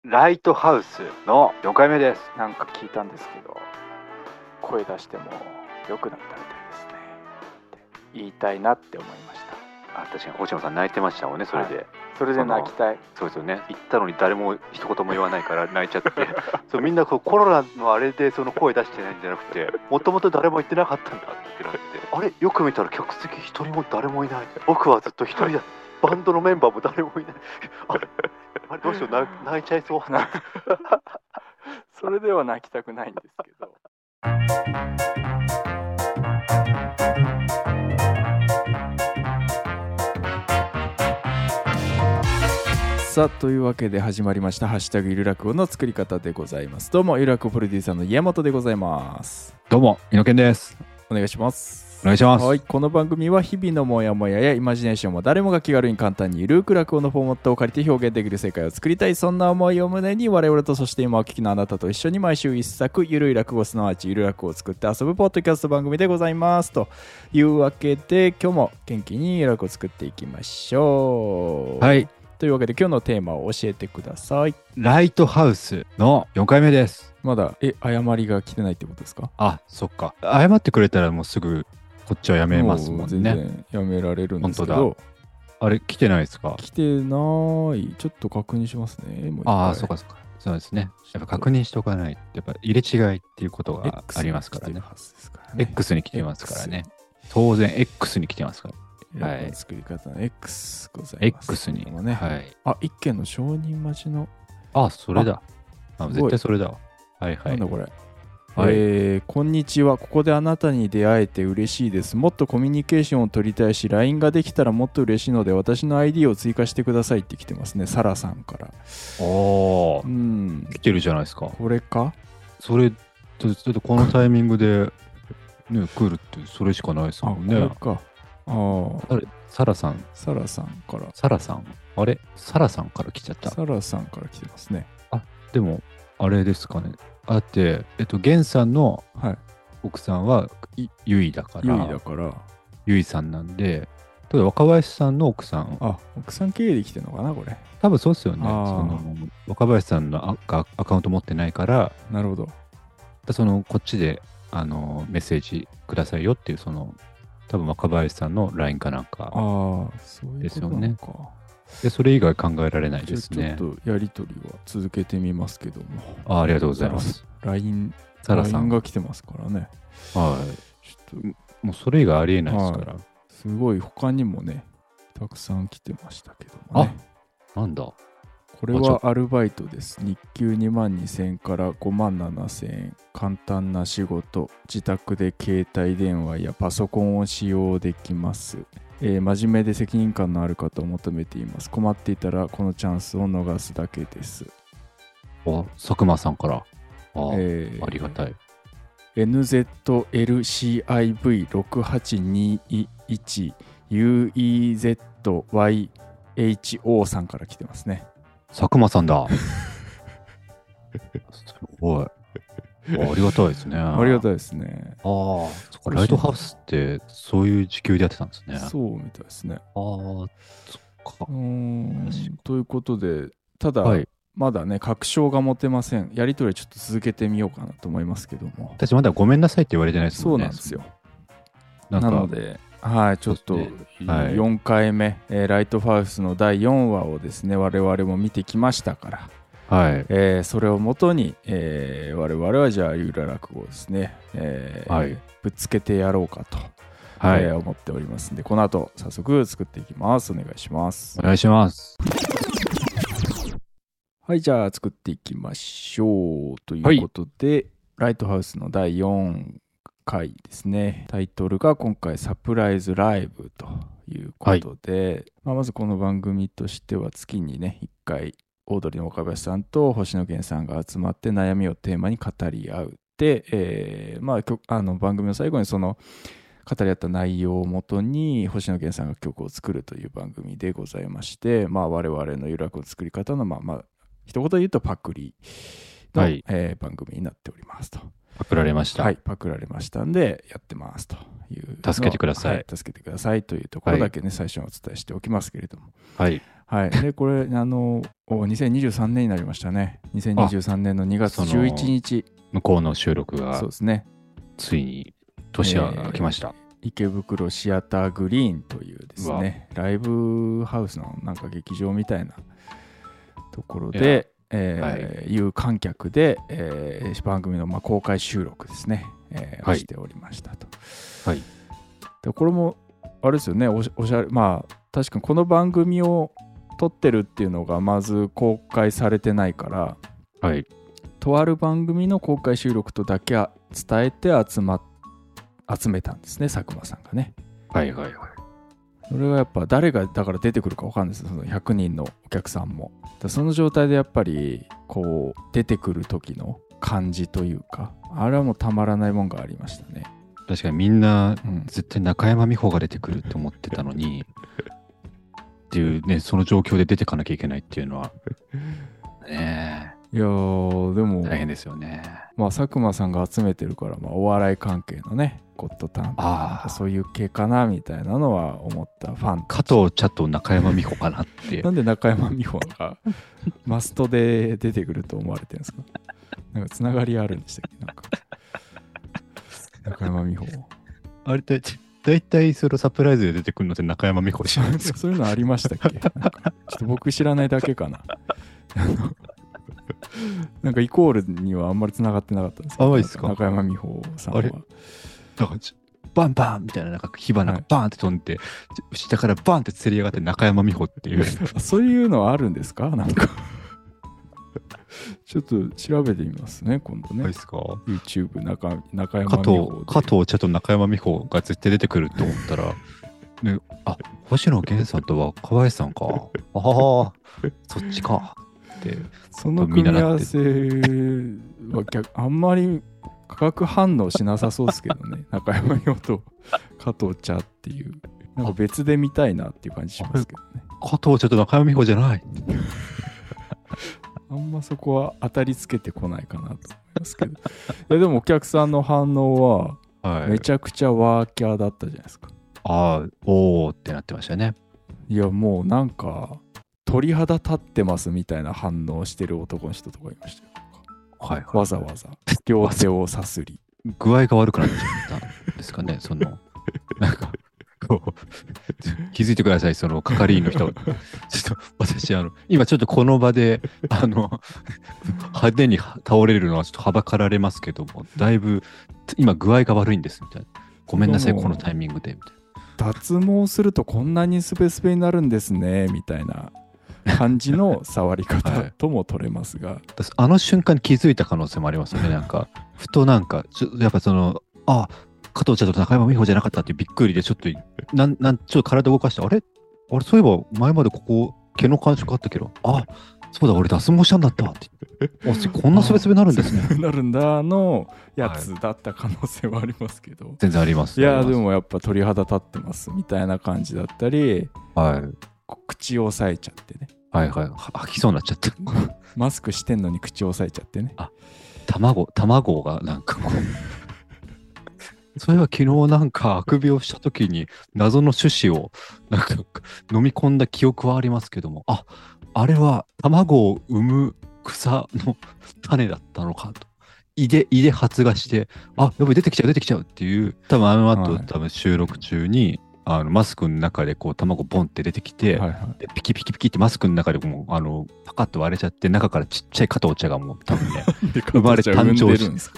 ライトハウスの4回目です。 なんか聞いたんですけど、声出しても良くなったみたいですねって言いたいなって思いました。 確かに星野さん泣いてましたもんね、それで、 それで泣きたい。 そうですよね。言ったのに誰も一言も言わないから泣いちゃってそうみんなコロナのあれでその声出してないんじゃなくて、もともと誰も言ってなかったんだってなって、あれよく見たら客席一人も誰もいない、僕はずっと一人だ、バンドのメンバーも誰もいないあれどうしよう、泣いちゃいそうそれでは泣きたくないんですけどさあというわけで始まりましたハッシュタグゆる落語の作り方でございます。どうもゆる落語プロデューサーの家元でございます。 どうも猪研です。 お願いします。 お願いします。 はい、この番組は日々のモヤモヤやイマジネーションを誰もが気軽に簡単にゆるく落語のフォーマットを借りて表現できる世界を作りたい、そんな思いを胸に我々とそして今お聞きのあなたと一緒に毎週一作ゆるい落語すなわちゆる落語を作って遊ぶポッドキャスト番組でございますというわけで、今日も元気にゆる落語を作っていきましょう。 はい、 というわけで今日のテーマを教えてください。 ライトハウスの4回目です。 まだ誤りが来てないってことですか？ そっか。謝ってくれたらもうすぐこっちはやめますもんね。 全然やめられるんですけど。 本当だ。あれ来てないですか？ 来てない。ちょっと確認しますね。もう一回。 そうかそうか。そうですね。やっぱ確認しておかない。やっぱ入れ違いっていうことがありますからね。X に来てますからね。当然 X に来てますから。 はい。作り方の X ございます。 X に。 ね、はい。一件の承認待ちの。 それだ。絶対それだわ。はいはい。 なんだこれ。 はい、 こんにちは。ここであなたに出会えて嬉しいです。もっとコミュニケーションを取りたいし、LINE ができたらもっと嬉しいので、私の ID を追加してくださいって来てますね。サラさんから。 来てるじゃないですか。 これか？ それ、ちょっとこのタイミングで、ね、来るってそれしかないですもんね。 これか。 サラさん。 サラさんから。 サラさん。あれサラさんから来ちゃった。 サラさんから来てますね。 でも、あれですかね。ゲンさんの奥さんはゆいだから、ゆいさんなんで、ただ若林さんの奥さん。 奥さん経由で来てるのかな、これ。 多分そうですよね。若林さんのアカウント持ってないから、 なるほど。 こっちでメッセージくださいよっていう、多分若林さんの LINE かなんかですよね。で、それ以外考えられないですね。 ちょっとやり取りは続けてみますけども。 ありがとうございます。 LINE が来てますからね。 はい。ちょっともうそれ以外ありえないですから。 すごい他にもね、たくさん来てましたけどもね。 なんだ。 これはアルバイトです。日給22,000円から57,000円。簡単な仕事。自宅で携帯電話やパソコンを使用できます。真面目で責任感のある方を求めています。困っていたらこのチャンスを逃すだけです。 佐久間さんから。ありがたい。 NZLCIV68211UEZYHO さんから来てますね。 佐久間さんだ。すごい。ありがたいですね。 ありがたいですね。 そっか、ライトハウスってそういう時給でやってたんですね。 そうみたいですね。 そっか。 ということで、ただ、まだね、確証が持てません。やりとりちょっと続けてみようかなと思いますけども。 私まだごめんなさいって言われてないですもんね。 そうなんですよ。なので、ちょっと4回目、ライトハウスの第4話をですね、我々も見てきましたから、それをもとに、我々はじゃあゆる落語をですね、ぶっつけてやろうかと、思っておりますので、この後早速作っていきます。お願いします。 お願いします。 はい、じゃあ作っていきましょうということで、ライトハウスの第4回ですね。タイトルが今回サプライズライブということで、まずこの番組としては月にね1回オードリーの岡林さんと星野源さんが集まって悩みをテーマに語り合うで、番組の最後にその語り合った内容をもとに星野源さんが曲を作るという番組でございまして、我々のゆる落語の作り方の一言で言うとパクリの、番組になっておりますと。 パクられました。 はい、パクられましたんで、やってますというのを。 助けてください。 はい、助けてくださいというところだけね、最初にお伝えしておきますけれども。 はい。 はい。で、これ、2023年になりましたね。2023年の2月11日。 向こうの収録が、 そうですね。 ついに年が明けました。 池袋シアターグリーンというですね、ライブハウスのなんか劇場みたいなところで、有観客で、番組の公開収録ですね、をしておりましたと。 はい。 でこれもあれですよね、おしゃれ、まあ確かにこの番組を撮ってるっていうのがまず公開されてないから、 はい。 とある番組の公開収録とだけ伝えて集めたんですね、佐久間さんがね。 はいはいはい。 それがやっぱ誰がだから出てくるか分かんないですよ、その100人のお客さんも。その状態でやっぱりこう出てくる時の感じというか、あれはもうたまらないもんがありましたね。 確かにみんな絶対中山美穂が出てくるって思ってたのに、っていうね、その状況で出てかなきゃいけないっていうのはねえ。 いやーでも大変ですよね。 まあ佐久間さんが集めてるから、お笑い関係のねゴッドタンとかそういう系かなみたいなのは思ったファン。 加藤茶と中山美穂かなってなんで中山美穂がマストで出てくると思われてるんですか？なんかつながりあるんでしたっけ？なんか中山美穂あれだいたいそのサプライズで出てくるのって中山美穂じゃないですか。 そういうのありましたっけ？なんかちょっと僕知らないだけかな。なんかイコールにはあんまりつながってなかったんですけど、中山美穂さんは。 あれなんかバンバンみたいな、なんか火花がバーンって飛んで、下からバーンって釣り上がって中山美穂っていう。 そういうのはあるんですか？なんかちょっと調べてみますね、今度ね。 ですか？ YouTube 中山美穂。 加藤茶と中山美穂が絶対出てくると思ったら、ね、あ、星野源さんと若林さんか。ああ、そっちか。ってその組み合わせはあんまり化学反応しなさそうですけどね。中山美穂と加藤茶っていう。なんか別で見たいなっていう感じしますけどね。 加藤茶と中山美穂じゃない。 あんまそこは当たりつけてこないかなと思いますけど。でもお客さんの反応はめちゃくちゃワーキャーだったじゃないですか。 ああ、おーってなってましたね。 いやもうなんか鳥肌立ってますみたいな反応してる男の人とかいましたよ。 はい、 わざわざ両手をさすり。 具合が悪くなっちゃったんですかね。そのなんかこう気づいてください、その係員の人。ちょっと私今ちょっとこの場で派手に倒れるのはちょっとはばかられますけども、だいぶ今具合が悪いんですみたいな。ごめんなさいこのタイミングでみたいな。脱毛するとこんなにスベスベになるんですねみたいな感じの触り方とも取れますが、はい、 あの瞬間に気づいた可能性もありますよね。なんかふとなんかやっぱその加藤茶と中山美穂じゃなかったってびっくりでちょっとちょっと体動かしてあれそういえば前までここ毛の感触あったけどそうだ俺脱毛したんだったってこんなスベスベなるんですね。 なるんだのやつだった可能性はありますけど、はい、 全然あります。 いやでもやっぱ鳥肌立ってますみたいな感じだったり、 はい、 口を押さえちゃってね、 はいはい、吐きそうになっちゃったマスクしてんのに口を押さえちゃってね、 卵がなんかこうそういえば昨日なんかあくびをした時に謎の種子をなんか飲み込んだ記憶はありますけども、あれは卵を産む草の種だったのかと胃で発芽してやっぱり出てきちゃうっていう、多分後、多分収録中にマスクの中でこう卵ボンって出てきて、でピキピキピキってマスクの中でもパカッと割れちゃって中からちっちゃい加藤茶がもう多分ね生まれ誕生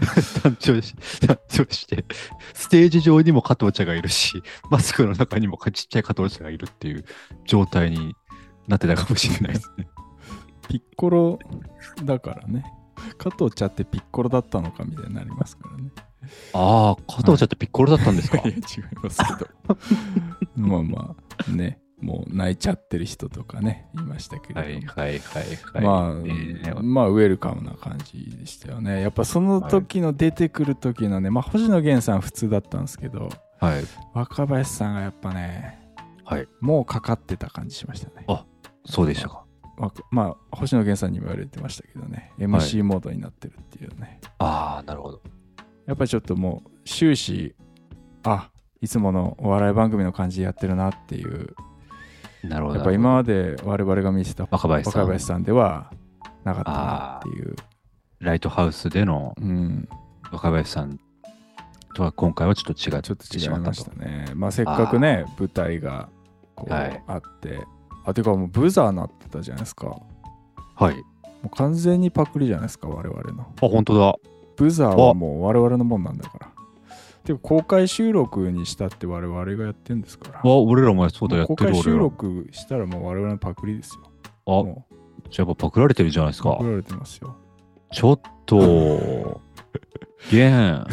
してステージ上にも加藤茶がいるしマスクの中にもちっちゃい加藤茶がいるっていう状態になってたかもしれないですね。 ピッコロだからね、加藤茶ってピッコロだったのかみたいになりますからね。 加藤茶ってピッコロだったんですか？ いや違いますけどまあね、もう泣いちゃってる人とかねいましたけれども、まあウェルカムな感じでしたよね。やっぱその時の出てくる時のね、星野源さん普通だったんですけど、 はい、 若林さんがやっぱね、 はい、 もうかかってた感じしましたね。 そうでしたか。 まあ星野源さんにも言われてましたけどね、MC モードになってるっていうね。 なるほど。 やっぱりちょっともう終始いつものお笑い番組の感じでやってるなっていう。 なるほど。 やっぱ今まで我々が見せた若林さんではなかったなっていう。 ライトハウスでの若林さんとは今回はちょっと違ってしまったと。 ちょっと違いましたね。まあせっかくね舞台がこうあって、てかもうブザーなってたじゃないですか。 はい。 もう完全にパクリじゃないですか我々の。 本当だ。 ブザーはもう我々のもんなんだから。でも公開収録にしたって我々がやってるんですから。 俺らもそうだやってる。 公開収録したらもう我々のパクリですよ。 じゃあやっぱパクられてるじゃないですか。 パクられてますよ。 ちょっとゲン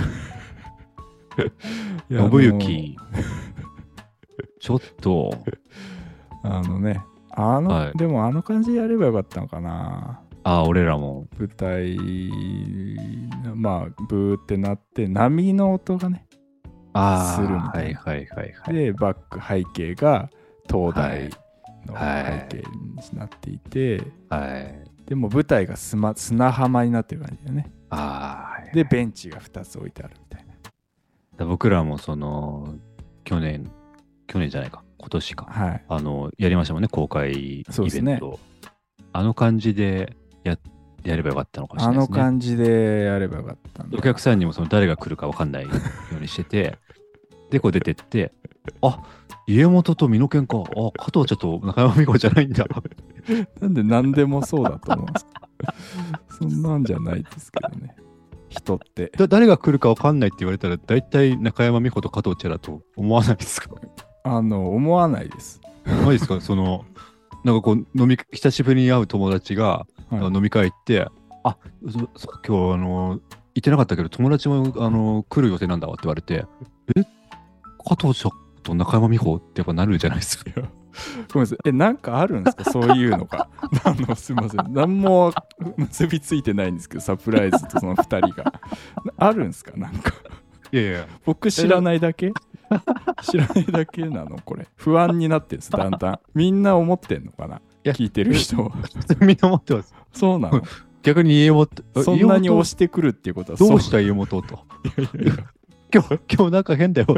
信行ちょっとねでもあの感じでやればよかったのかな。 俺らも舞台まあブーってなって波の音がねするみたいな。でバック背景が灯台の背景になっていて、でも舞台が砂浜になってる感じだよね。でベンチが2つ置いてあるみたいな。僕らもその去年じゃないか今年か、やりましたもんね公開イベント。あの感じでやればよかったのかもしれないですね。 感じでやればよかったんだ。 お客さんにもその誰が来るか分かんないようにしててでこう出てって家元と美濃健か加藤茶と中山美穂じゃないんだなんで何でもそうだと思うんですかそんなんじゃないですけどね人って誰が来るか分かんないって言われたら大体中山美穂と加藤茶だと思わないですか？ 思わないです。 ないですか？なんかこう久しぶりに会う友達が、飲み会行って今日行ってなかったけど友達も来る予定なんだわって言われて加藤茶と中山美穂ってやっぱなるじゃないですか。 ごめんなさい。なんかあるんですかそういうのが。すいません。何も結びついてないんですけど、サプライズとその2人が。あるんですかなんか。 いや。 僕知らないだけ知らないだけなのこれ。不安になってるんです、だんだん。みんな思ってんのかな聞いてる人は。 みんな思ってます。 そうなの逆に家元。 そんなに押してくるっていうことはどうした家元と。今日なんか変だよ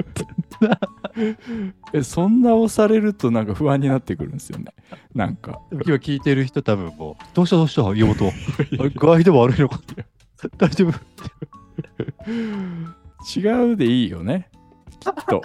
ってそんな押されるとなんか不安になってくるんですよね。なんか今聞いてる人多分もうどうした家元具合でも悪いのかって大丈夫違うでいいよねきっと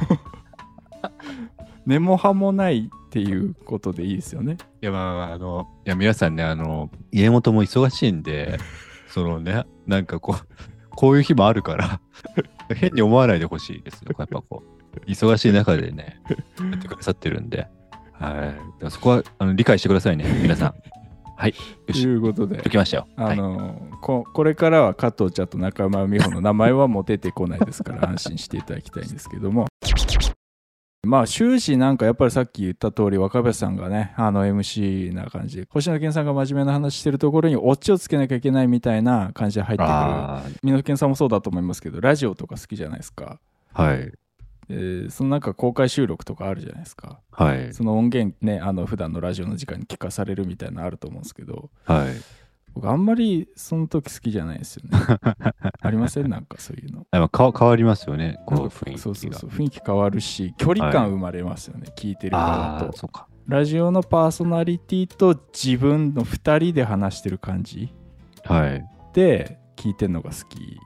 根も葉もないっていうことでいいですよね。 いやいや皆さんね家元も忙しいんでなんかこういう日もあるから変に思わないでほしいですよ。やっぱ忙しい中でねやってくださってるんで、だからそこは理解してくださいね皆さん。はい。 ということで解きましたよ。 これからは加藤茶と中山美穂の名前はもう出てこないですから安心していただきたいんですけども。まあ終始なんかやっぱりさっき言った通り若林さんがねMC な感じで星野源さんが真面目な話してるところにオチをつけなきゃいけないみたいな感じで入ってくる。美濃健さんもそうだと思いますけどラジオとか好きじゃないですか。そのなんか公開収録とかあるじゃないですか。その音源ね普段のラジオの時間に聞かされるみたいなのあると思うんですけど、僕あんまりその時好きじゃないですよね。ありませんなんかそういうの。 変わりますよねこの雰囲気が。 そう雰囲気変わるし距離感生まれますよね、聞いてる側と。ラジオのパーソナリティと自分の2人で話してる感じ、で聞いてるのが好き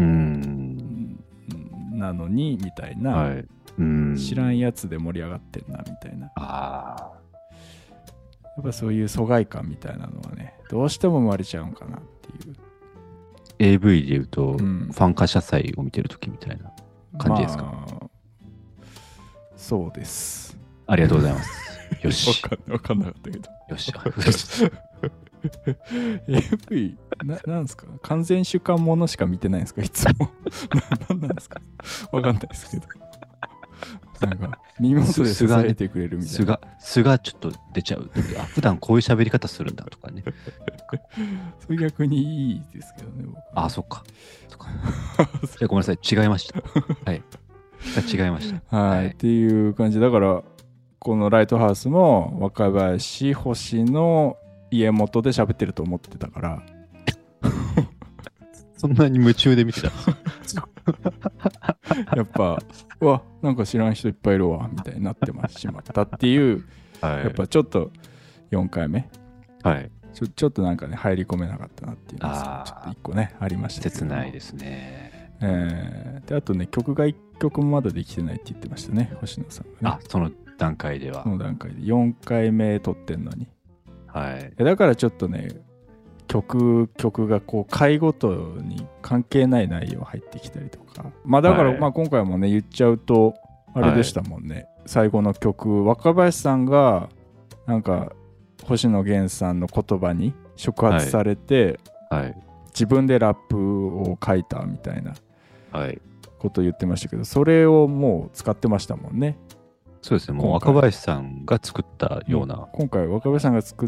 なのにみたいな、知らんやつで盛り上がってんなみたいな。やっぱそういう疎外感みたいなのはねどうしても生まれちゃうんかなっていう。 AV で言うと、ファン感謝祭を見てる時みたいな感じですか？ そうです。 ありがとうございますよし分かんなかったけどよし AV なんですか？完全主観ものしか見てないんですかいつも何なんですか分かんないですけどなんか耳元で支えてくれるみたいな。 素がちょっと出ちゃう。普段こういう喋り方するんだとかね。 それ逆にいいですけどね。僕そっか。じゃあごめんなさい違いました。違いました。 っていう感じだからこのライトハウスも若林星の家元で喋ってると思ってたからそんなに夢中で見てたやっぱうわなんか知らん人いっぱいいるわみたいになってしまったっていう、はい、やっぱちょっと4回目、はい、ちょっとなんかね入り込めなかったなっていうのがちょっと1個ねありましたけど、 切ないですね。 であとね曲が1曲もまだできてないって言ってましたね、星野さんがね。 その段階では。 その段階で4回目撮ってんのに、 はい、 だからちょっとね曲がこう回ごとに関係ない内容入ってきたりとか、まあだから、はい、まあ今回もね言っちゃうとあれでしたもんね、はい、最後の曲若林さんがなんか星野源さんの言葉に触発されて、はいはい、自分でラップを書いたみたいなことを言ってましたけど、それをもう使ってましたもんね。 そうですね、もう若林さんが作ったような。 今回若林さんが作って、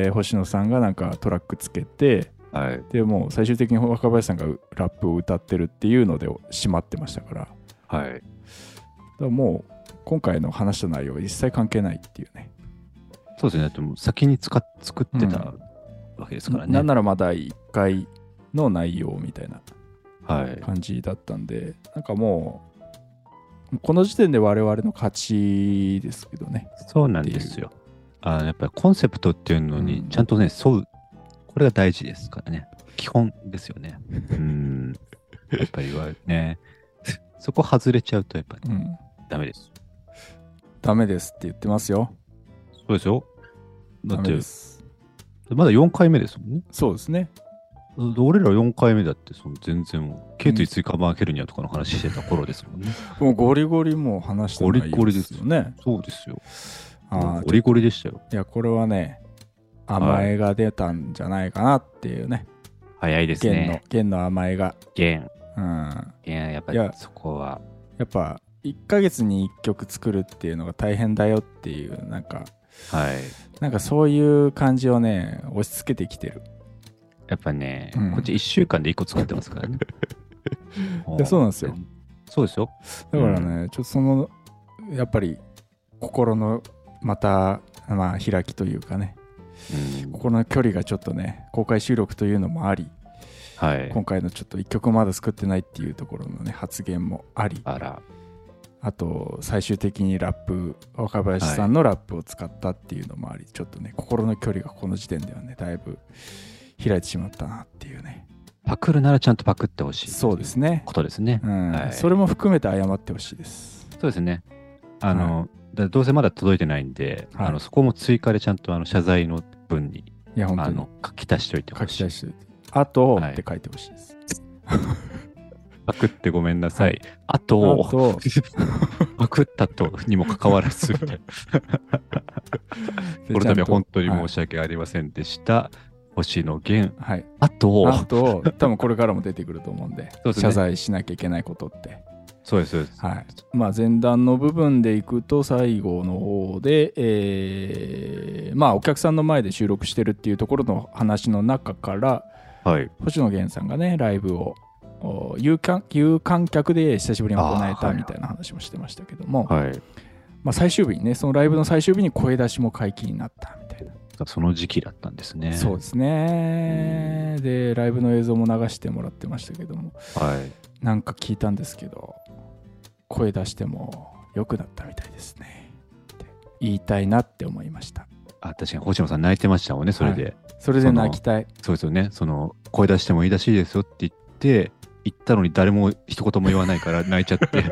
星野さんがなんかトラックつけて、はい、でもう最終的に若林さんがラップを歌ってるっていうので締まってましたから、はい、だからもう今回の話した内容は一切関係ないっていうね。 そうですね、でも先に作ってたわけですからね。 なんならまだ1回の内容みたいな感じだったんで、はい、なんかもうこの時点で我々の勝ちですけどね。 そうなんですよ。やっぱりコンセプトっていうのにちゃんとね、沿う。これが大事ですからね。基本ですよね。やっぱりね、そこ外れちゃうとやっぱり、ダメです。 ダメですって言ってますよ。 そうですよ。だってまだ4回目ですもんね。 そうですね。 俺ら4回目だって全然頸椎椎間板ヘルニアとかの話してた頃ですもんね。 もうゴリゴリもう話してないですよね。 そうですよ。ゴリゴリでしたよ。 いやこれはね甘えが出たんじゃないかなっていうね。 早いですね。 弦の甘えが。 弦やっぱりそこはやっぱ1ヶ月に1曲作るっていうのが大変だよっていうなんか、なんかそういう感じをね押し付けてきてる。 やっぱね、こっち1週間で1個作ってますからね。 いやそうなんですよ。 そうですよ。 だからね、ちょっとやっぱり心のまた、まあ、開きというかね、心の距離がちょっとね公開収録というのもあり、はい、今回のちょっと1曲まだ作ってないっていうところのね発言もあり、あと最終的にラップ若林さんのラップを使ったっていうのもあり、ちょっとね心の距離がこの時点ではねだいぶ開いてしまったなっていうね。 パクるならちゃんとパクってほしい。 そうですね。 ことですね。 それも含めて謝ってほしいです。 そうですね。どうせまだ届いてないんで、そこも追加でちゃんと謝罪の文に本当に書き足しておいてほしい。書き足しておいて。あとって書いてほしいです。 パクってごめんなさい。あとパクったとにもかかわらずみたいな。このため本当に申し訳ありませんでした。星野源、あと多分これからも出てくると思うんで、謝罪しなきゃいけないことって。 そうですそうです。 まあ前段の部分でいくと最後の方で、まあお客さんの前で収録してるっていうところの話の中から、星野源さんがねライブを有観客で久しぶりに行えたみたいな話もしてましたけども、まあ最終日にねそのライブの最終日に声出しも解禁になったみたいな。 その時期だったんですね。 そうですね。でライブの映像も流してもらってましたけども、なんか聞いたんですけど声出しても良くなったみたいですねって言いたいなって思いました。 確かに星野さん泣いてましたもんね。それで、 それで泣きたい。 そうですよね。声出してもいいらしいですよって言ったのに誰も一言も言わないから泣いちゃって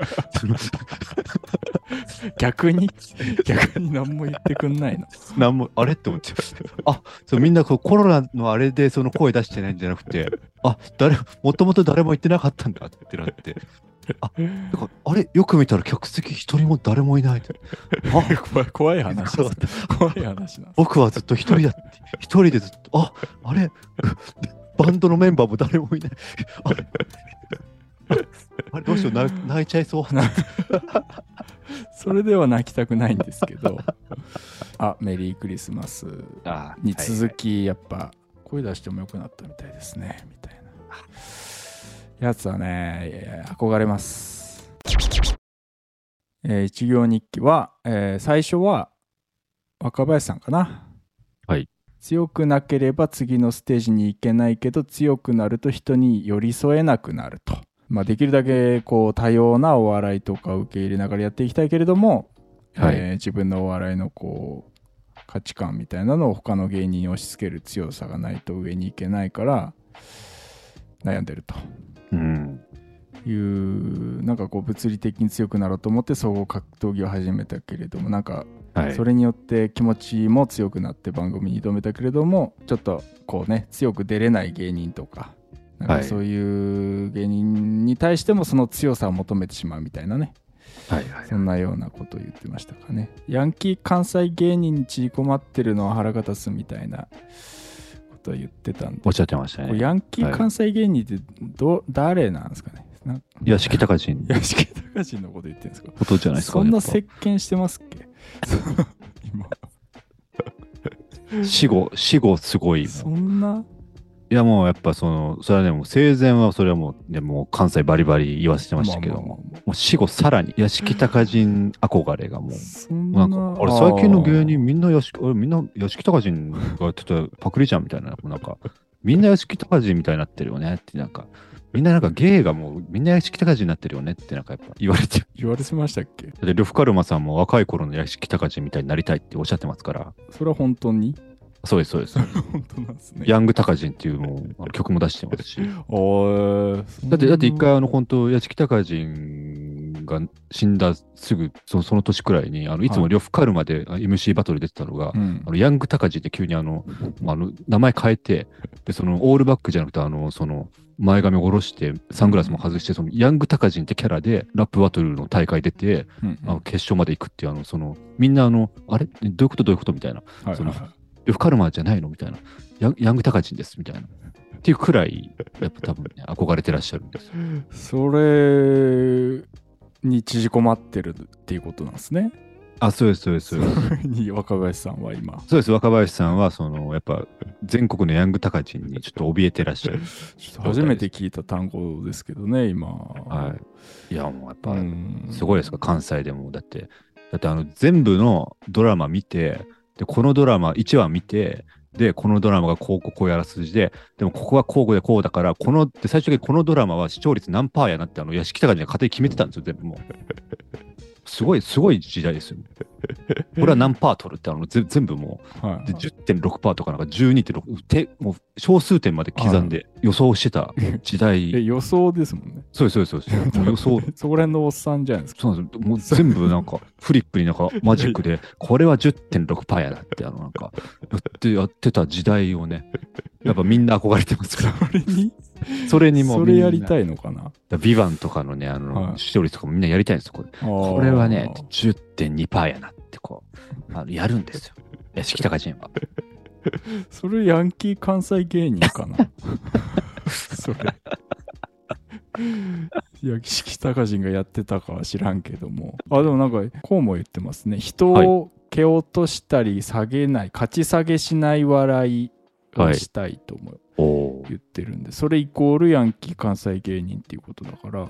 逆に何も言ってくんないの。 何もあれって思ってみんなコロナのあれで声出してないんじゃなくてもともと誰も言ってなかったんだってなってあれよく見たら客席一人も誰もいない怖い話なん僕はずっと一人でずっとあれバンドのメンバーも誰もいないあれどうしよう泣いちゃいそうそれでは泣きたくないんですけどメリークリスマスに続きやっぱ声出してもよくなったみたいですねみたいなやつはね憧れます。一行日記は、最初は若林さんかな。強くなければ次のステージに行けないけど強くなると人に寄り添えなくなると。 まあ、できるだけこう多様なお笑いとか受け入れながらやっていきたいけれども、自分のお笑いのこう価値観みたいなのを他の芸人に押し付ける強さがないと上に行けないから悩んでると、いうなんかこう物理的に強くなろうと思って総合格闘技を始めたけれども、なんかそれによって気持ちも強くなって番組に挑めたけれども、ちょっとこうね強く出れない芸人とか、なんかそういう芸人に対してもその強さを求めてしまうみたいなね、そんなようなことを言ってましたかね。ヤンキー関西芸人に縮こまってるのは腹が立つみたいなことを言ってたんで、 おっしゃってましたね。 ヤンキー関西芸人って誰なんですかね。 屋敷隆人。 屋敷隆人のこと言ってるんですか。 ことじゃないですか。 そんな席巻してますっけ今死後すごい。 そんな。 いやもうやっぱそれはね、もう生前はそれはもう、ね、もう関西バリバリ言わせてましたけども、もう死後さらに屋敷隆人憧れがもう、なんか、あれ最近の芸人みんな屋敷隆人がやってたパクリじゃんみたいな、なんか、みんな屋敷隆人みたいになってるよねって、なんか、みんななんか芸がもうみんな屋敷隆人になってるよねってなんかやっぱ言われてましたっけ。 で呂布カルマさんも若い頃の屋敷隆人みたいになりたいっておっしゃってますから。 それは本当に。 そうです本当なんですね。 ヤング隆人っていうもう曲も出してますしだって一回本当屋敷隆人が死んだすぐその年くらいにいつも呂布カルマで MC バトル出てたのが、ヤング隆人って急に名前変えて、でそのオールバックじゃなくてその前髪を下ろしてサングラスも外して、そのヤング隆人ってキャラでラップバトルの大会出て、決勝まで行くっていうそのみんなあれどういうことみたいな、呂布カルマじゃないのみたいな、ヤング隆人ですみたいなっていうくらいやっぱ多分ね憧れてらっしゃるんですよ。 それに縮こまってるっていうことなんですね。 あ、そうです。 若林さんは今。 そうです。若林さんはやっぱ全国のヤング隆人にちょっと怯えてらっしゃる。 ちょっと初めて聞いた単語ですけどね、今。 はい。いや、もうやっぱすごいですか、関西でも。だって全部のドラマ見て、でこのドラマ1話見て、でこのドラマがこうやらすじで、でもここはこうでこうだからで最終的にこのドラマは視聴率何パーやなって屋敷隆人が勝手に決めてたんですよ、全部もう。すごい時代ですよ。これは何パー取るって全部もう、で 10.6% とかなんか 12.6 もう小数点まで刻んで予想してた時代。 予想ですもんね。 そうです。予想。 そこら辺のおっさんじゃないですか。 そうなんです。もう全部なんかフリップになんかマジックでこれは 10.6% やなってなんかやってた時代をね、やっぱみんな憧れてますから。それにもそれやりたいのかな。 ビバンとかのね、視聴率とかもみんなやりたいんですよ、これはね、10.2% やなってやるんですよ。屋敷隆人は。 それヤンキー関西芸人かな。それ。屋敷隆人がやってたかは知らんけども。でもなんか、こうも言ってますね。人を蹴落としたり下げない、勝ち下げしない笑いをしたいと思う。言ってるんで、それイコールヤンキー関西芸人っていうことだから、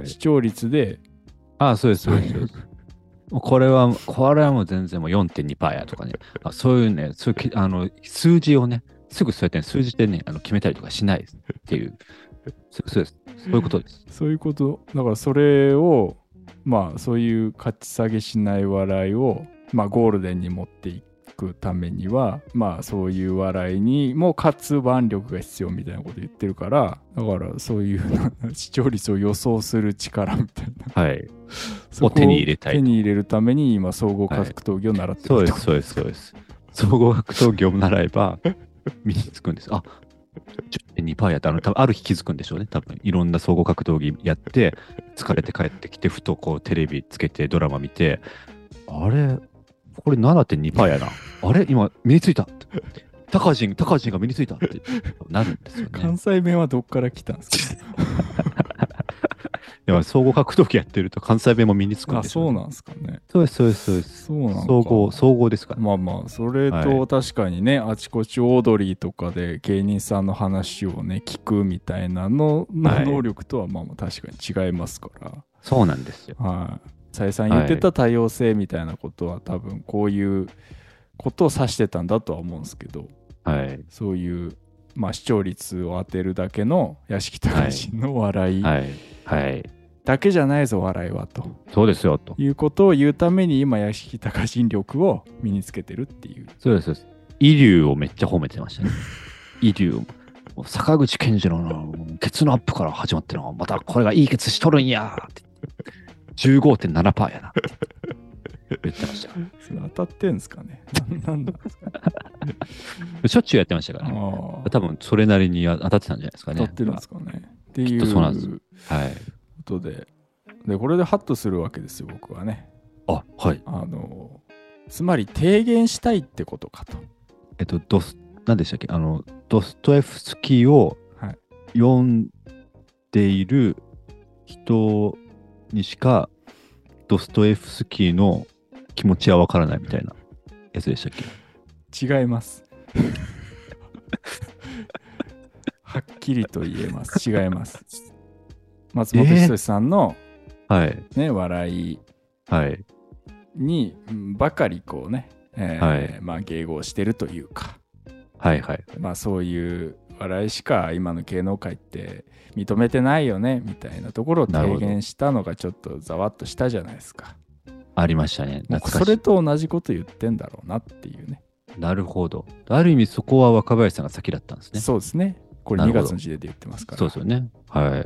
視聴率で、 そうです。これはもう全然もう 4.2% やとかね、そういうね、数字をね、すぐそうやって数字でね、決めたりとかしないっていう、そういうことです。 そういうこと、だからそれを、そういう勝ち下げしない笑いを、ゴールデンに持っていくためにはそういう笑いにも勝つ腕力が必要みたいなこと言ってるから、だからそういう視聴率を予想する力みたいな、 を手に入れたい。 手に入れるために今総合格闘技を習ってる、 そうです。総合格闘技を習えば身につくんです。10.2% やって多分ある日気づくんでしょうね。多分いろんな総合格闘技やって疲れて帰ってきて、ふとテレビつけてドラマ見て、あれこれ 7.2% やな。あれ今身についた。高人が身についたってなるんですよね。 関西弁はどっから来たんですか。 でも総合格闘技やってると関西弁も身につくんですよ、ね。 そうなんですかね。 そうです。 そうなんか総合ですから。 それと確かにね、あちこちオードリーとかで芸人さんの話をね聞くみたいなの能力とは確かに違いますから。 そうなんですよ。 さえさん言ってた多様性みたいなことは多分こういうことを指してたんだとは思うんですけど、そういうまあ視聴率を当てるだけの屋敷隆人の笑いだけじゃないぞ笑いはと。 そうですよということを言うために今屋敷隆人力を身につけてるっていう。 そうです。イリュウをめっちゃ褒めてましたね。イリュウ。坂口健二のケツのアップから始まってるのがまたこれがいいケツしとるんやって 15.7% やなって言ってました。 それ当たってんですかね。なんですかね。しょっちゅうやってましたからね。多分それなりに当たってたんじゃないですかね。 当たってるんですかね。っていうことで、これでハッとするわけですよ僕はね。 あ、はい。 つまり提言したいってことかと。 何でしたっけ、ドストエフスキーを読んでいる人にしかドストエフスキーの気持ちはわからないみたいなやつでしたっけ。違いますはっきりと言えます。違います。松本人志さんの、笑いにばかりこうね、まあ迎合してるというか、まあそういう笑いしか今の芸能界って認めてないよねみたいなところを提言したのがちょっとざわっとしたじゃないですか。 ありましたね。 それと同じこと言ってんだろうなっていうね。 なるほど。ある意味そこは若林さんが先だったんですね。 そうですね。これ2月の時点で言ってますから。 そうですよね。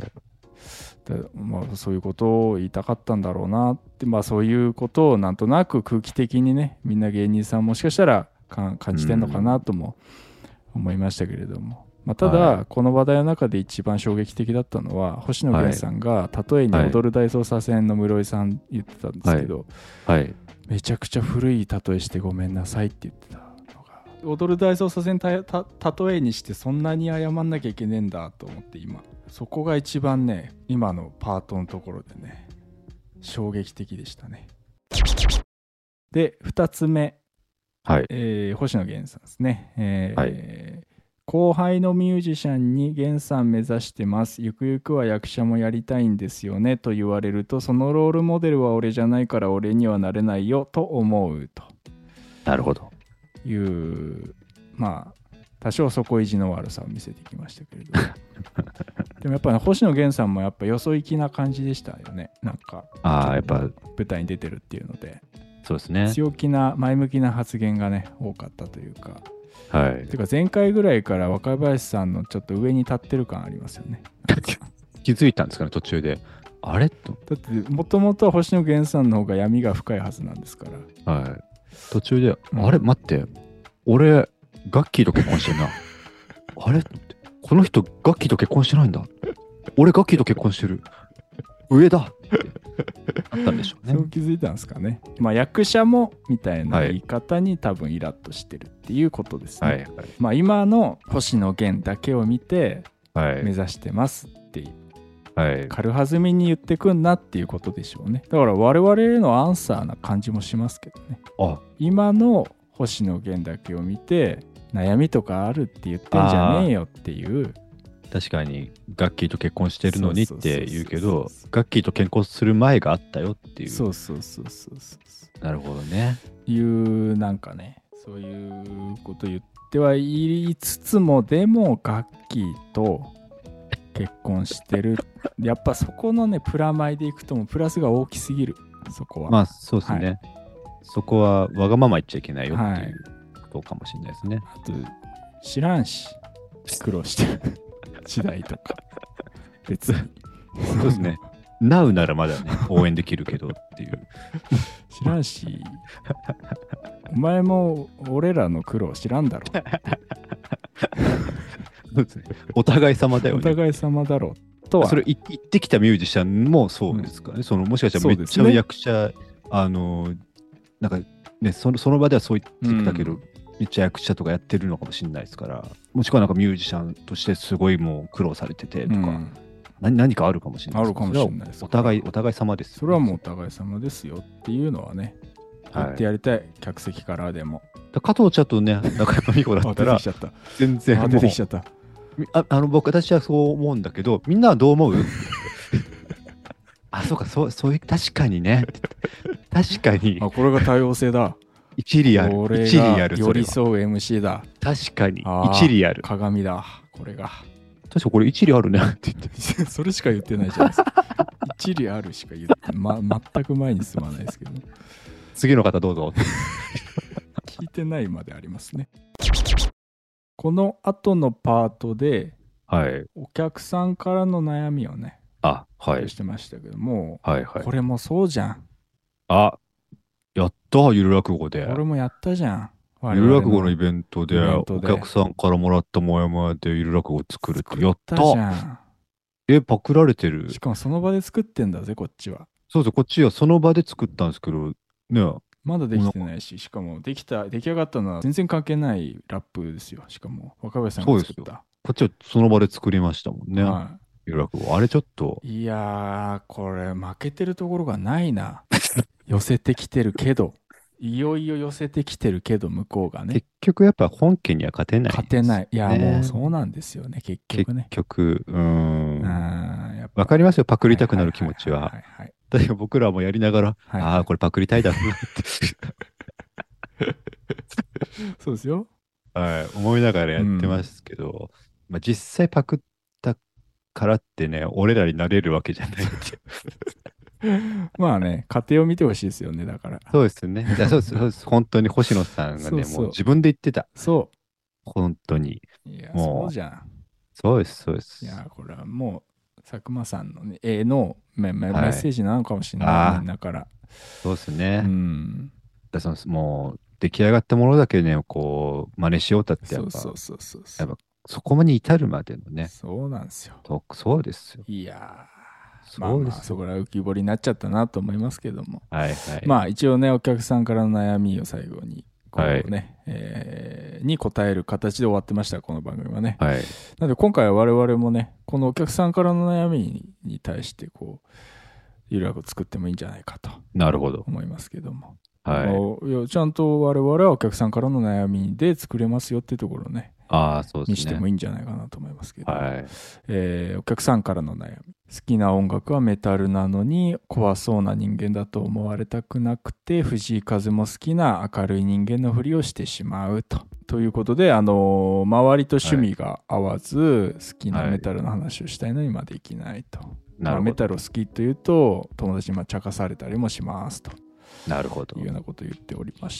まあ、そういうことを言いたかったんだろうなって、まあそういうことをなんとなく空気的にね、みんな芸人さんもしかしたら感じてんのかなとも思いましたけれども、まあ、ただこの話題の中で一番衝撃的だったのは星野源さんが例えに踊る大捜査線の室井さん言ってたんですけど、めちゃくちゃ古い例えしてごめんなさいって言ってたのが、踊る大捜査線例えにしてそんなに謝んなきゃいけねえんだと思って、今そこが一番ね、今のパートのところでね衝撃的でしたね。で2つ目、星野源さんですね。後輩のミュージシャンに源さん目指してます、ゆくゆくは役者もやりたいんですよねと言われると、そのロールモデルは俺じゃないから俺にはなれないよと思うと。 なるほど。 いうまあ多少底意地の悪さを見せてきましたけれどでもやっぱり、星野源さんもやっぱよそ行きな感じでしたよね。なんかやっぱ舞台に出てるっていうので、 そうですね、 強気な前向きな発言がね多かったというか、 てか前回ぐらいから若林さんのちょっと上に立ってる感ありますよね。 気づいたんですかね途中で。あれと。 だってもともとは星野源さんの方が闇が深いはずなんですから。 途中で、あれ待って、俺ガッキーと結婚してるな。あれこの人ガッキーと結婚してないんだ。俺ガッキーと結婚してる。上だってあったんでしょうね。 そう気づいたんですかね。まあ役者もみたいな言い方に多分イラッとしてるっていうことですね。まあ今の星野源だけを見て目指してますっていう、軽はずみに言ってくんなっていうことでしょうね。だから我々へのアンサーな感じもしますけどね。今の星野源だけを見て悩みとかあるって言ってんじゃねえよっていう。 確かにガッキーと結婚してるのにって言うけど、ガッキーと結婚する前があったよっていう。なるほどね。 いうなんかね、そういうこと言ってはいつつも、でもガッキーと結婚してるやっぱそこのねプラマイでいくともプラスが大きすぎる。そこはまあそうですね、そこはわがまま言っちゃいけないよっていうことかもしれないですね。 あと知らんし苦労してる時代とか別にそうですね。ナウならまだね応援できるけどっていう知らんしお前も俺らの苦労知らんだろそうですね、お互い様だよね。 お互い様だろうとは。 それ言ってきたミュージシャンもそうですかね、そのもしかしたらめっちゃ役者、なんかねその場ではそう言ってたけど、めっちゃ役者とかやってるのかもしれないですから、もしくはなんかミュージシャンとしてすごいもう苦労されててとか、何かあるかもしれないです。 あるかもしれないです。 お互い様ですよね。 それはもうお互い様ですよっていうのはね、言ってやりたい、客席からでも。 加藤茶とね、中山美穂だったら全然出てきちゃった。 私はそう思うんだけど、みんなはどう思う？そうか、そういう確かにね、確かに。 これが多様性だ。 一理ある。 これ一理ある。 が寄り添う MC だ。 確かに。一理ある。 鏡だ。これが。 確かこれ一理あるねって言って。 それしか言ってないじゃないですか。一理あるしか言って、全く前に進まないですけど、ね。 次の方どうぞ。 聞いてないまでありますね。この後のパートで、 はい、 お客さんからの悩みをね、 はい、 してましたけども、 はいはい、 これもそうじゃん。 あ、やったゆる落語で。 これもやったじゃん。 ゆる落語のイベントでお客さんからもらったもやもやでゆる落語を作るって。やったじゃん。パクられてる。 しかもその場で作ってんだぜ、こっちは。 そうそう、こっちはその場で作ったんですけど、ね。 まだできてないし、しかも出来上がったのは全然関係ないラップですよ。しかも若林さんが作った。 こっちはその場で作りましたもんね。はい。ゆる落語。あれちょっと。 いやー、これ負けてるところがないな。寄せてきてるけど。いよいよ寄せてきてるけど、向こうがね。 結局やっぱ本家には勝てない、ね。 勝てない。いや、もうそうなんですよね、結局ね。 わかりますよ、パクりたくなる気持ちは。だけど僕らもやりながら、ああ、これパクりたいだろうなって。 そうですよ。 はい、思いながらやってますけど、まあ、実際パクったからってね、俺らになれるわけじゃないって。 まあね、家庭を見てほしいですよね、だから。 そうですね。そうです。本当に星野さんがね、もう自分で言ってた。 そう。 本当に。 いや、そうじゃん。 そうです、そうです。 いや、これはもう、佐久間さんのね、のメッセージなのかもしれない、みんなから。 そうですね。もう、出来上がったものだけね、こう、真似しようたってやっぱ、やっぱそこまで至るまでのね。 そうなんですよ。 そうですよ。 いやそうです。そこら浮き彫りになっちゃったなと思いますけども。 はいはい。 まあ一応ね、お客さんからの悩みを最後に、こうね、に答える形で終わってました、この番組はね。 はい。 なので今回は我々もね、このお客さんからの悩みに対して、こう、ゆるらく作ってもいいんじゃないかと。 なるほど。 思いますけども。 はい。 いやちゃんと我々はお客さんからの悩みで作れますよっていうところをね、 そうですね。 にしてもいいんじゃないかなと思いますけど、 はい。 お客さんからの悩み。好きな音楽はメタルなのに怖そうな人間だと思われたくなくて、藤井風も好きな明るい人間のふりをしてしまうと。ということで、周りと趣味が合わず、好きなメタルの話をしたいのにできないと。メタルを好きというと、友達に茶化されたりもしますと。 なるほど。 いうようなことを言っておりまして、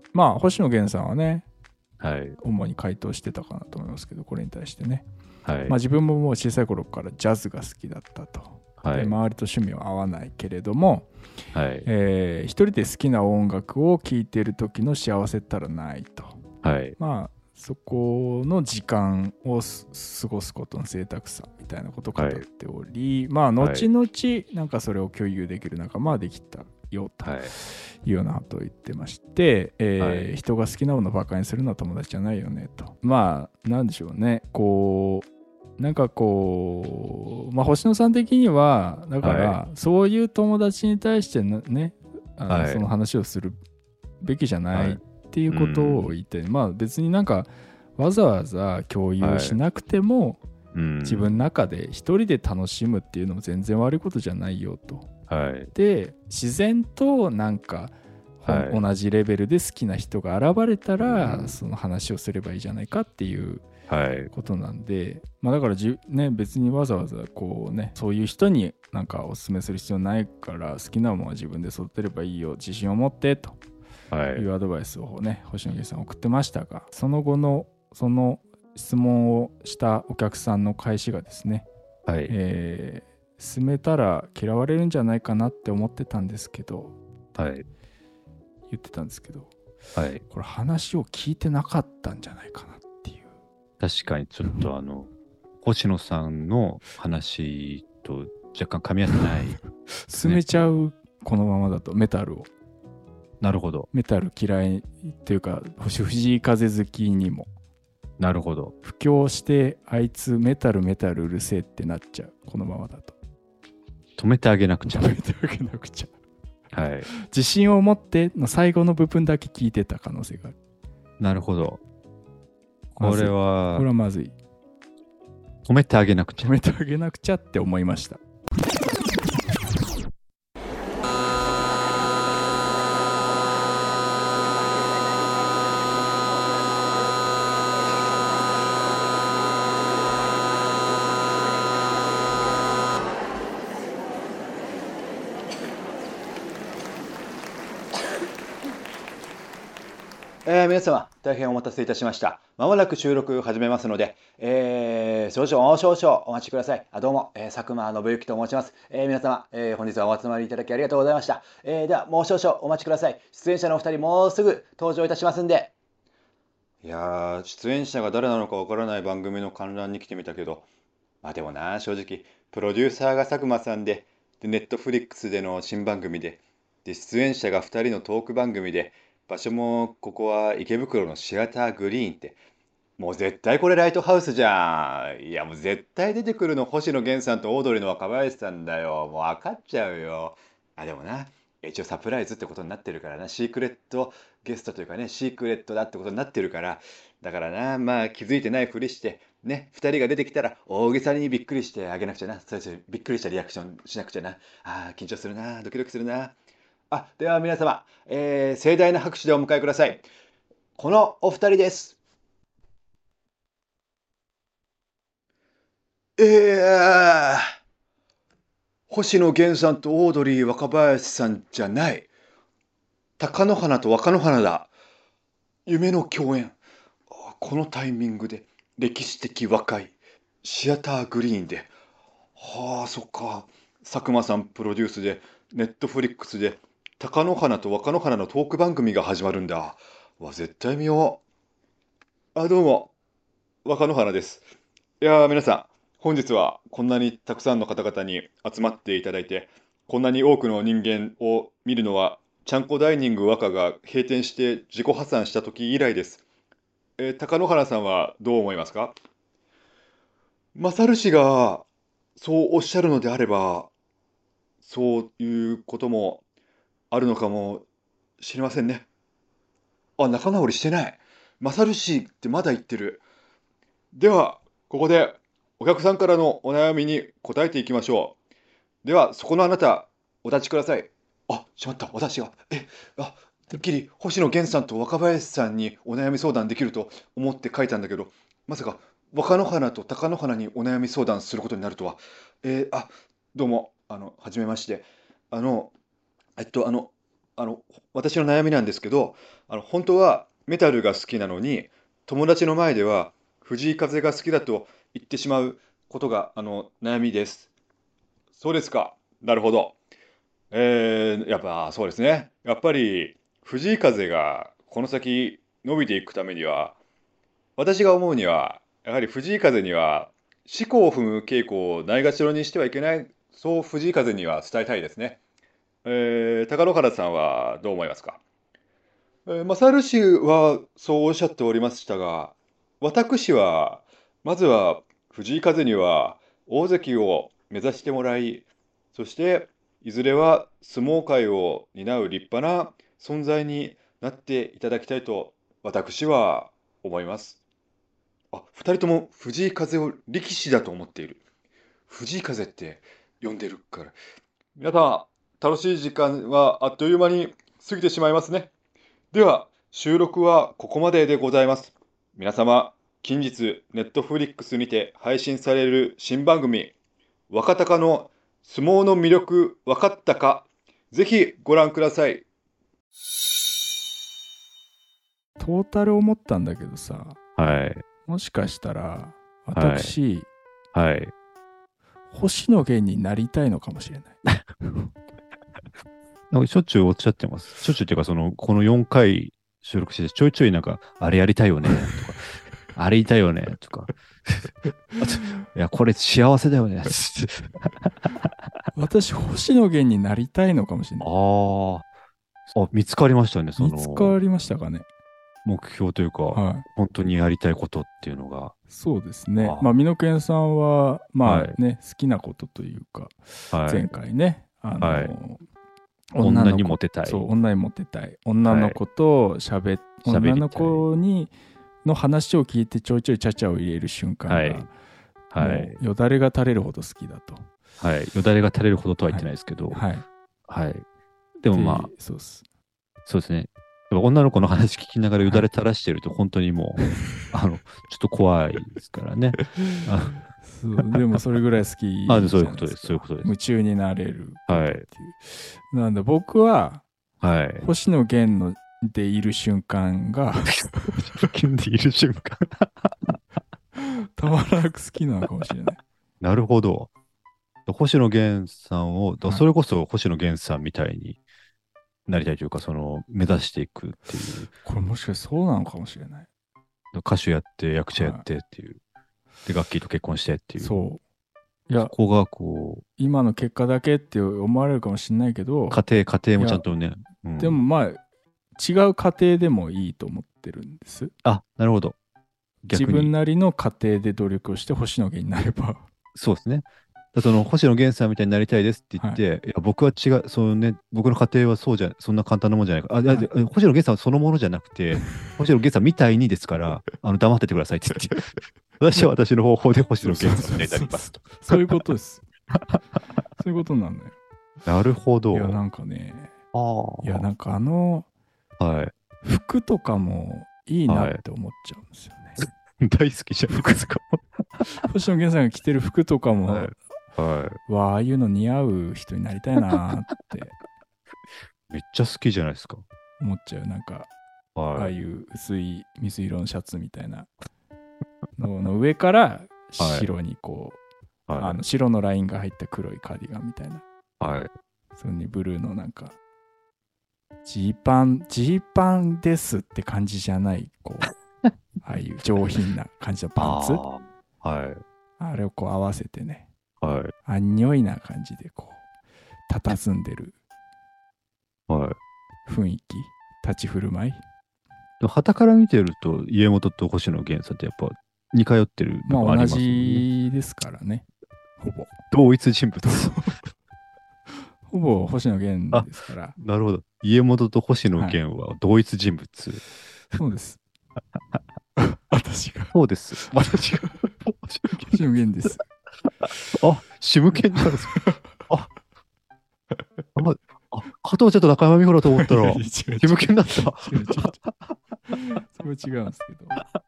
まあ、星野源さんはね、 はい、 主に回答してたかなと思いますけど、これに対してね。 はい、 まあ自分ももう小さい頃からジャズが好きだったと。 はい、 で周りと趣味は合わないけれども、 はい、 一人で好きな音楽を聴いている時の幸せったらないと。 はい、 まあそこの時間を過ごすことの贅沢さみたいなことを語っており、まあ後々なんかそれを共有できる仲間はできたよというようなことを言ってまして、人が好きなものをバカにするのは友達じゃないよねと。まあなんでしょうね、こうなんかこう、まあ、星野さん的にはだから、そういう友達に対してねその話をするべきじゃないっていうことを言って、まあ別になんかわざわざ共有しなくても、自分の中で一人で楽しむっていうのも全然悪いことじゃないよと。で自然となんか、同じレベルで好きな人が現れたら、その話をすればいいじゃないかっていうことなんで、まあ、だから別にわざわざこうね、そういう人になんかお勧めする必要ないから、好きなものは自分で育てればいいよ、自信を持ってというアドバイスをね、星野源さん送ってましたが、その後のその質問をしたお客さんの返しがですね、進めたら嫌われるんじゃないかなって思ってたんですけど、言ってたんですけど、これ話を聞いてなかったんじゃないかなっていう。 確かにちょっと星野さんの話と若干噛み合ってない、ね、 進めちゃう、このままだとメタルを。 なるほど。 メタル嫌いっていうか、藤井風好きにも。 なるほど。 布教してあいつメタルうるせえってなっちゃう、このままだと。 止めてあげなくちゃ。 止めてあげなくちゃ。 はい。 自信を持っての最後の部分だけ聞いてた可能性がある。 なるほど。これはまずい。 止めてあげなくちゃ。 止めてあげなくちゃって思いました。 皆様、大変お待たせいたしました。まもなく収録始めますので、少々お待ちください。どうも、佐久間信之と申します。皆様、本日はお集まりいただきありがとうございました。では、もう少々お待ちください。出演者のお二人、もうすぐ登場いたしますんで。いやー、出演者が誰なのかわからない番組の観覧に来てみたけど、でもな、正直、プロデューサーが佐久間さんで、ネットフリックスでの新番組で、出演者が2人のトーク番組で、場所もここは池袋のシアターグリーンって、もう絶対これライトハウスじゃん。いやもう絶対出てくるの星野源さんとオードリーの若林さんだよ。もう分かっちゃうよ。でもな、一応サプライズってことになってるからな、シークレットゲストというかね、シークレットだってことになってるから、だからな、気づいてないふりして、ね、2人が出てきたら大げさにびっくりしてあげなくちゃな。それぞれびっくりしたリアクションしなくちゃな。緊張するな、ドキドキするな。では皆様、盛大な拍手でお迎えください。このお二人です。星野源さんとオードリー若林さんじゃない。貴乃花と若乃花だ。夢の共演。このタイミングで歴史的和解。シアターグリーンで。そっか。佐久間さんプロデュースで、ネットフリックスで、貴乃花と若乃花のトーク番組が始まるんだ。絶対見よう。どうも、若乃花です。いや皆さん、本日はこんなにたくさんの方々に集まっていただいて、こんなに多くの人間を見るのは、ちゃんこダイニング若が閉店して自己破産した時以来です。貴乃花さんはどう思いますか？勝氏がそうおっしゃるのであれば、そういうこともあるのかもしれませんね。仲直りしてない。勝氏ってまだ言ってる。では、ここでお客さんからのお悩みに答えていきましょう。では、そこのあなた、お立ちください。しまった、私が。てっきり星野源さんと若林さんにお悩み相談できると思って書いたんだけど、まさか若乃花と貴乃花にお悩み相談することになるとは。どうも、はじめまして。私の悩みなんですけど、本当はメタルが好きなのに、友達の前では藤井風が好きだと言ってしまうことが悩みです。そうですか。なるほど。やっぱそうですね。やっぱり藤井風がこの先伸びていくためには、私が思うには、やはり藤井風には思考を踏む稽古をないがしろにしてはいけない、そう藤井風には伝えたいですね。貴乃花さんはどう思いますか？勝氏はそうおっしゃっておりましたが、私は、まずは藤井風には大関を目指してもらい、そしていずれは相撲界を担う立派な存在になっていただきたいと私は思います。二人とも藤井風を力士だと思っている。藤井風って呼んでるから。皆さん、楽しい時間はあっという間に過ぎてしまいますね。では、収録はここまででございます。皆様、近日、ネットフリックスにて配信される新番組、若隆の相撲の魅力分かったか、ぜひご覧ください。 トータル思ったんだけどさ、 はい。 もしかしたら、私、 はい。 星野源になりたいのかもしれない。 なんかしょっちゅうおっしゃってます。しょっちゅうっていうか、この4回収録して、ちょいちょいなんか、あれやりたいよね、とか、あれ言いたいよね、とか。いや、これ幸せだよね。 私、星野源になりたいのかもしれない。 見つかりましたね、 見つかりましたかね。 目標というか、本当にやりたいことっていうのが。 そうですね。美濃健さんは、好きなことというか、前回ね、 女にモテたい。 そう、女にモテたい。女の子と女の子の話を聞いてちょいちょいチャチャを入れる瞬間が、よだれが垂れるほど好きだと。 よだれが垂れるほどとは言ってないですけど。でもそうですね。女の子の話聞きながらよだれ垂らしてると本当にもう、ちょっと怖いですからね。 でもそれぐらい好きそういうことです。そういうことです。 夢中になれるっていう。なんで僕は、星野源のでいる瞬間が剣でいる瞬間。 たまらなく好きなのかもしれない。 なるほど。星野源さんを、 はいそれこそ星野源さんみたいになりたいというか、目指していくっていう。 これもしかしてそうなのかもしれない。 歌手やって役者やってっていう。で、ガッキーと結婚してっていう。 そう。いや、 そこがこう、 今の結果だけって思われるかもしれないけど、 家庭もちゃんとね。うん、 でもまあ、違う家庭でもいいと思ってるんです。 あ、なるほど。 自分なりの家庭で努力をして星野源になれば。 そうですね。星野源さんみたいになりたいですって言って、いや僕は違う、僕の家庭はそんな簡単なもんじゃないから、星野源さんはそのものじゃなくて、星野源さんみたいにですから、黙っててくださいって言って、私は私の方法で星野源さんみたいになりますと。 そういうことです。そういうことなんだよ。 なるほど。 いや、なんかね、 いや、なんかはい、 服とかもいいなって思っちゃうんですよね。 はい、大好きじゃないですか。 星野源さんが着てる服とかも、 はい、 ああいうの似合う人になりたいなってめっちゃ好きじゃないですか。 思っちゃう。なんか、ああいう薄い水色のシャツみたいなの上から白にこう、白のラインが入った黒いカーディガンみたいな。それにブルーのなんかジーパンですって感じじゃない、こうああいう上品な感じのパンツ、あれをこう合わせてね、アンニョイな感じでこう佇んでる雰囲気、立ち振る舞い。 傍から見てると家元と星野源さんってやっぱ似通ってるのがありますよね。 同じですからね、ほぼ同一人物。 ほぼ星野源ですから。 なるほど。家元と星野源は同一人物。 そうです。私が。 そうです。私が。 星野源です。 あ、シムケンなんですか。加藤ちゃんと中山美穂だと思ったら、シムケンだった。 それ違うんですけど。